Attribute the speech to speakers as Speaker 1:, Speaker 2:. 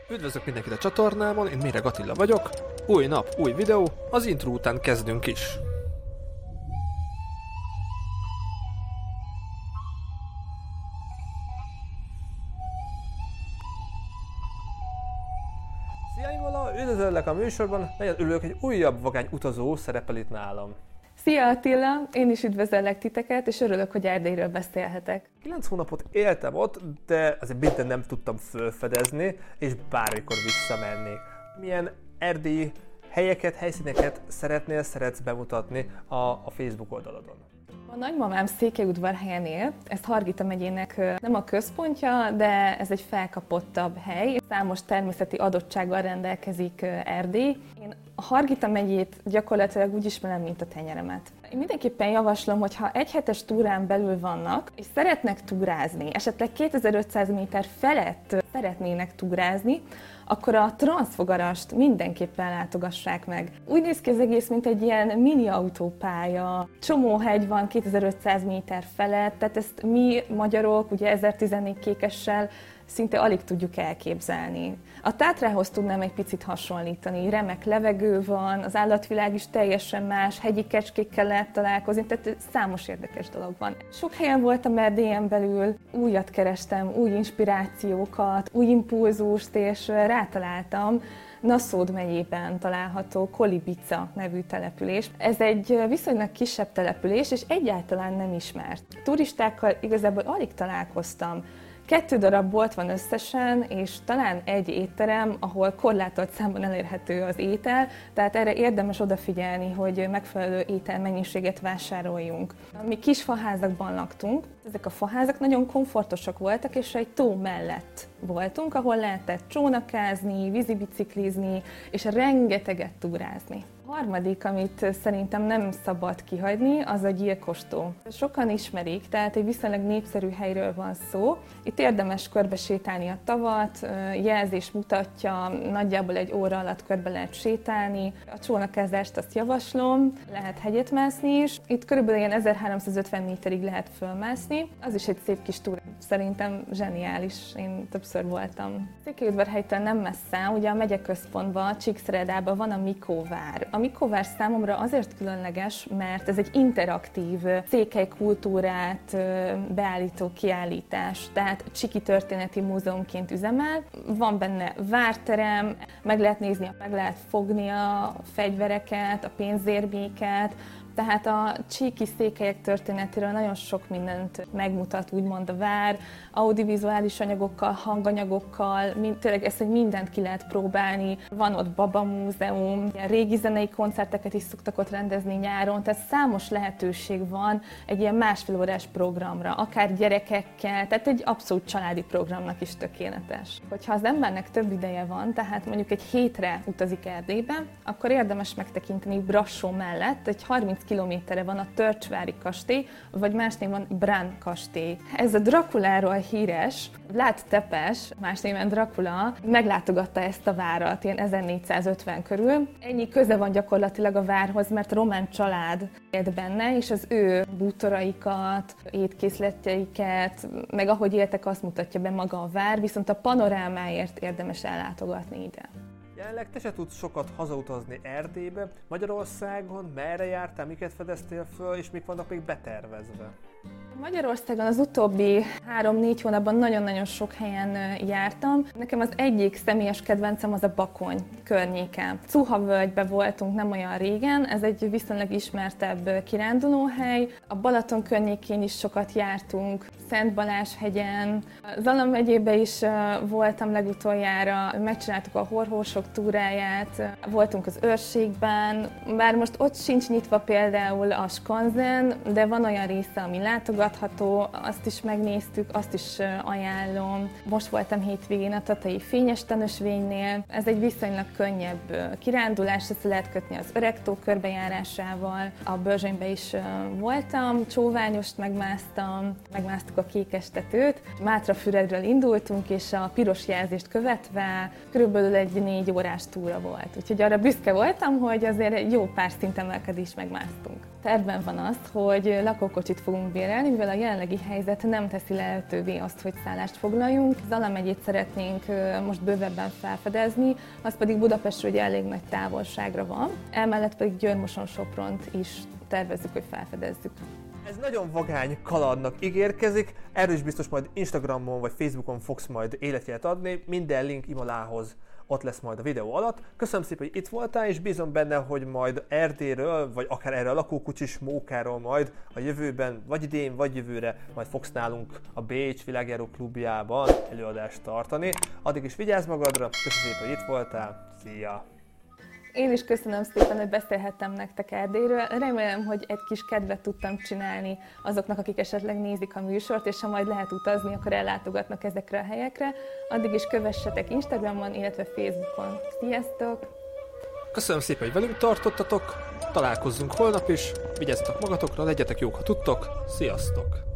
Speaker 1: Üdvözlök mindenkit a csatornámon, én Méreg Attila vagyok. Új nap, új videó, az intro után kezdünk is. Szia Imola, üdvözöllek a műsorban, nagyon örülök, hogy újabb vagány utazó szerepel itt nálam.
Speaker 2: Szia Attila, én is üdvözöllek titeket, és örülök, hogy Erdélyről beszélhetek.
Speaker 1: 9 hónapot éltem ott, de azért mindent nem tudtam felfedezni, és bármikor visszamennék. Milyen erdélyi helyeket, helyszíneket szeretsz bemutatni a Facebook oldalodon?
Speaker 2: A nagymamám Székelyudvarhelyen él, ez Hargita megyének nem a központja, de ez egy felkapottabb hely. Számos természeti adottsággal rendelkezik Erdély. Én a Hargita megyét gyakorlatilag úgy ismerem, mint a tenyeremet. Én mindenképpen javaslom, hogy ha egy hetes túrán belül vannak, és szeretnek túrázni, esetleg 2500 méter felett szeretnének túrázni, akkor a Transzfogarast mindenképpen látogassák meg. Úgy néz ki az egész, mint egy ilyen mini autópálya. Csomó hegy van 2500 méter felett, tehát ezt mi magyarok, ugye 1014 kékessel szinte alig tudjuk elképzelni. A Tátrához tudnám egy picit hasonlítani, remek levegő van, az állatvilág is teljesen más, hegyi kecskékkel lehet találkozni, tehát számos érdekes dolog van. Sok helyen voltam Erdélyen belül, újat kerestem, új inspirációkat, új impulzust, és rátaláltam Naszód megyében található Kolibica nevű település. Ez egy viszonylag kisebb település, és egyáltalán nem ismert. Turistákkal igazából alig találkoztam. 2 darab bolt van összesen, és talán egy étterem, ahol korlátolt számban elérhető az étel, tehát erre érdemes odafigyelni, hogy megfelelő ételmennyiséget vásároljunk. Mi kis faházakban laktunk, ezek a faházak nagyon komfortosak voltak, és egy tó mellett voltunk, ahol lehetett csónakázni, vízibiciklizni, és rengeteget túrázni. A harmadik, amit szerintem nem szabad kihagyni, az a Gyilkostó. Sokan ismerik, tehát egy viszonylag népszerű helyről van szó. Itt érdemes körbesétálni a tavat, jelzés mutatja, nagyjából 1 óra alatt körbe lehet sétálni. A csónakázást azt javaslom, lehet hegyet mászni is. Itt körülbelül ilyen 1350 méterig lehet fölmászni. Az is egy szép kis túra. Szerintem zseniális, én többször voltam. Székelyudvarhelytől nem messze, ugye a megyeközpontban, Csíkszeredában van a Mikóvár. A Mikóvár számomra azért különleges, mert ez egy interaktív székely kultúrát beállító kiállítás, tehát Csiki történeti múzeumként üzemel. Van benne várterem, meg lehet nézni, meg lehet fogni a fegyvereket, a pénzérméket, tehát a csíki székelyek történetéről nagyon sok mindent megmutat, úgymond a vár, audiovizuális anyagokkal, hanganyagokkal, tényleg ezt, hogy mindent ki lehet próbálni. Van ott Baba Múzeum, régi zenei koncerteket is szoktak ott rendezni nyáron, tehát számos lehetőség van egy ilyen 1,5 órás programra, akár gyerekekkel, tehát egy abszolút családi programnak is tökéletes. Hogyha az embernek több ideje van, tehát mondjuk egy hétre utazik Erdélybe, akkor érdemes megtekinteni Brassó mellett, egy 30 kilométerre van a Törcsvári kastély, vagy más néven Bran kastély. Ez a Drakuláról híres, Vlad Tepes, más néven Drakula, meglátogatta ezt a várat ilyen 1450 körül. Ennyi köze van gyakorlatilag a várhoz, mert román család élt benne, és az ő bútoraikat, étkészleteiket, meg ahogy éltek, azt mutatja be maga a vár, viszont a panorámáért érdemes ellátogatni ide.
Speaker 1: Jelenleg te se tudsz sokat hazautazni Erdélybe. Magyarországon merre jártál, miket fedeztél föl, és mik vannak még betervezve?
Speaker 2: Magyarországon az utóbbi 3-4 hónapban nagyon-nagyon sok helyen jártam. Nekem az egyik személyes kedvencem az a Bakony környéke. Cuhavölgybe voltunk nem olyan régen, ez egy viszonylag ismertebb kirándulóhely. A Balaton környékén is sokat jártunk, Szent Balázs-hegyen. Zala megyében is voltam legutoljára, megcsináltuk a Horhósok túráját, voltunk az Őrségben, bár most ott sincs nyitva például a skanzen, de van olyan része, ami látogatható, azt is megnéztük, azt is ajánlom. Most voltam hétvégén a Tatai Fényes-Tanösvénynél. Ez egy viszonylag könnyebb kirándulás, ezt lehet kötni az Öregtó körbejárásával. A Börzsönybe is voltam, Csóványost megmásztuk a Kékestetőt. Mátrafüredről indultunk, és a piros jelzést követve körülbelül egy 4 órás túra volt. Úgyhogy arra büszke voltam, hogy azért jó pár szintemelkedést megmásztunk. Tervben van az, hogy lakókocsit fogunk bérelni, mivel a jelenlegi helyzet nem teszi lehetővé azt, hogy szállást foglaljunk. Zala megyét szeretnénk most bővebben felfedezni, az pedig Budapestről ugye elég nagy távolságra van. Emellett pedig Győr-Moson-Sopront is tervezzük, hogy felfedezzük.
Speaker 1: Ez nagyon vagány kalandnak ígérkezik, erről is biztos majd Instagramon vagy Facebookon fogsz majd életjelet adni, minden link Imolához ott lesz majd a videó alatt. Köszönöm szépen, hogy itt voltál, és bízom benne, hogy majd Erdélyről, vagy akár erre a lakókocsis mókáról majd a jövőben, vagy idén, vagy jövőre majd fogsz nálunk a Bécs Világjáró Klubjában előadást tartani. Addig is vigyázz magadra, köszönöm szépen, hogy itt voltál, szia!
Speaker 2: Én is köszönöm szépen, hogy beszélhettem nektek Erdélyről. Remélem, hogy egy kis kedvet tudtam csinálni azoknak, akik esetleg nézik a műsort, és ha majd lehet utazni, akkor ellátogatnak ezekre a helyekre. Addig is kövessetek Instagramon, illetve Facebookon. Sziasztok!
Speaker 1: Köszönöm szépen, hogy velünk tartottatok, találkozzunk holnap is, vigyázzatok magatokra, legyetek jók, ha tudtok, sziasztok!